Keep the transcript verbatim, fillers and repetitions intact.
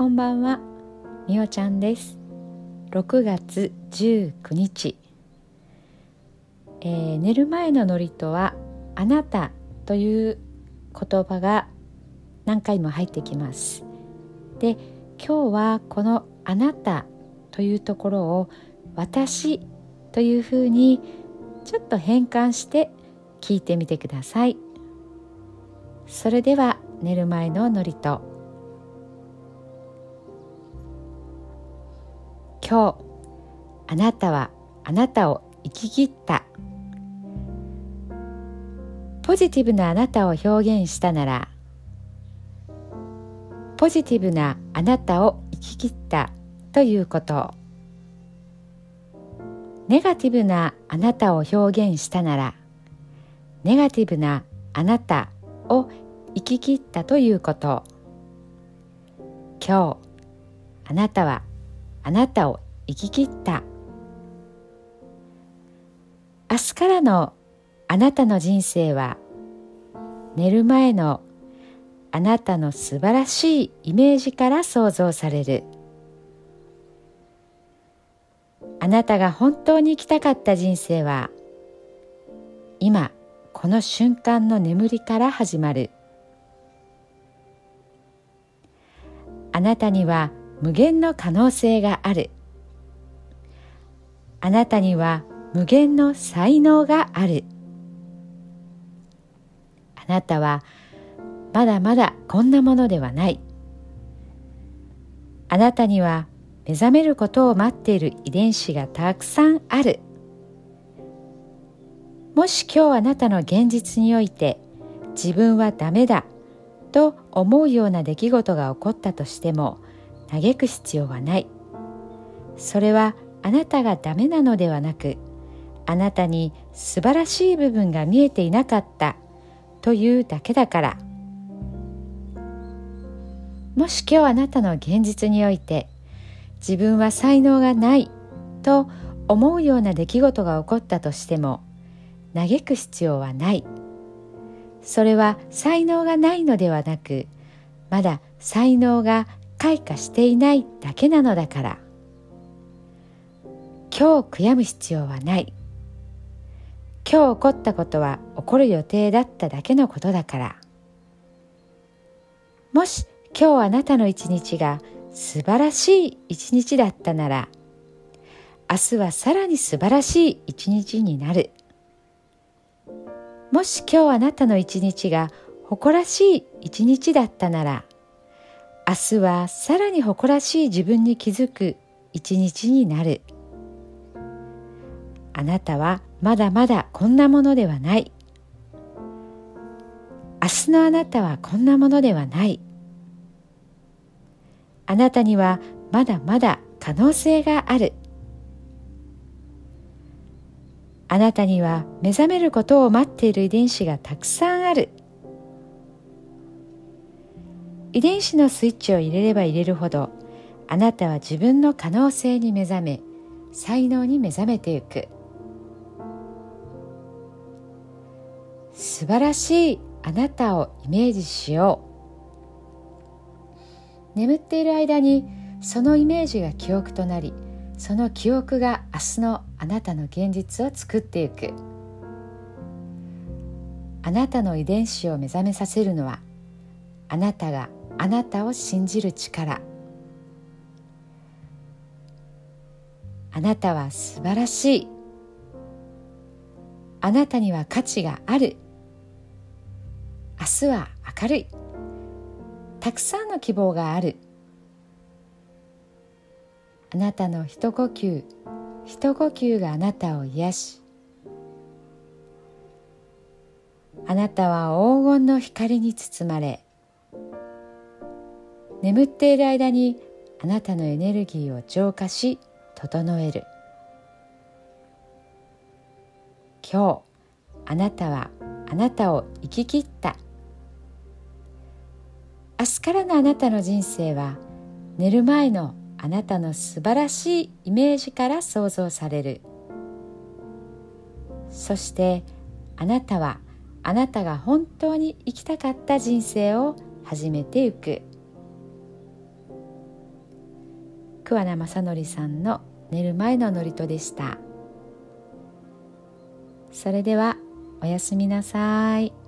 こんばんは、みおちゃんです。ろくがつじゅうくにち、えー、寝る前の祝詞はあなたという言葉が何回も入ってきます。で、今日はこのあなたというところを私というふうにちょっと変換して聞いてみてください。それでは寝る前の祝詞。今日あなたはあなたを生き切った。ポジティブなあなたを表現したなら、ポジティブなあなたを生き切ったということ。ネガティブなあなたを表現したなら、ネガティブなあなたを生き切ったということ。今日あなたはあなたを生き切った。明日からのあなたの人生は、寝る前のあなたの素晴らしいイメージから想像される。あなたが本当に生きたかった人生は、今この瞬間の眠りから始まる。あなたには無限の可能性がある。あなたには無限の才能がある。あなたはまだまだこんなものではない。あなたには目覚めることを待っている遺伝子がたくさんある。もし今日あなたの現実において自分はダメだと思うような出来事が起こったとしても、嘆く必要はない。それはあなたがダメなのではなく、あなたに素晴らしい部分が見えていなかったというだけだから。もし今日あなたの現実において自分は才能がないと思うような出来事が起こったとしても、嘆く必要はない。それは才能がないのではなく、まだ才能が開花していないだけなのだから。今日悔やむ必要はない。今日起こったことは起こる予定だっただけのことだから。もし今日あなたの一日が素晴らしい一日だったなら、明日はさらに素晴らしい一日になる。もし今日あなたの一日が誇らしい一日だったなら、明日はさらに誇らしい自分に気づく一日になる。あなたはまだまだこんなものではない。明日のあなたはこんなものではない。あなたにはまだまだ可能性がある。あなたには目覚めることを待っている遺伝子がたくさんある。遺伝子のスイッチを入れれば入れるほど、あなたは自分の可能性に目覚め、才能に目覚めていく。素晴らしいあなたをイメージしよう。眠っている間にそのイメージが記憶となり、その記憶が明日のあなたの現実を作っていく。あなたの遺伝子を目覚めさせるのは、あなたがあなたを信じる力。あなたは素晴らしい。あなたには価値がある。明日は明るい。たくさんの希望がある。あなたの一呼吸、一呼吸があなたを癒し、あなたは黄金の光に包まれ、眠っている間にあなたのエネルギーを浄化し、整える。今日、あなたはあなたを生き切った。明日からのあなたの人生は、寝る前のあなたの素晴らしいイメージから想像される。そしてあなたはあなたが本当に生きたかった人生を始めていく。 桑名正則さんの寝る前の祝詞でした。それではおやすみなさい。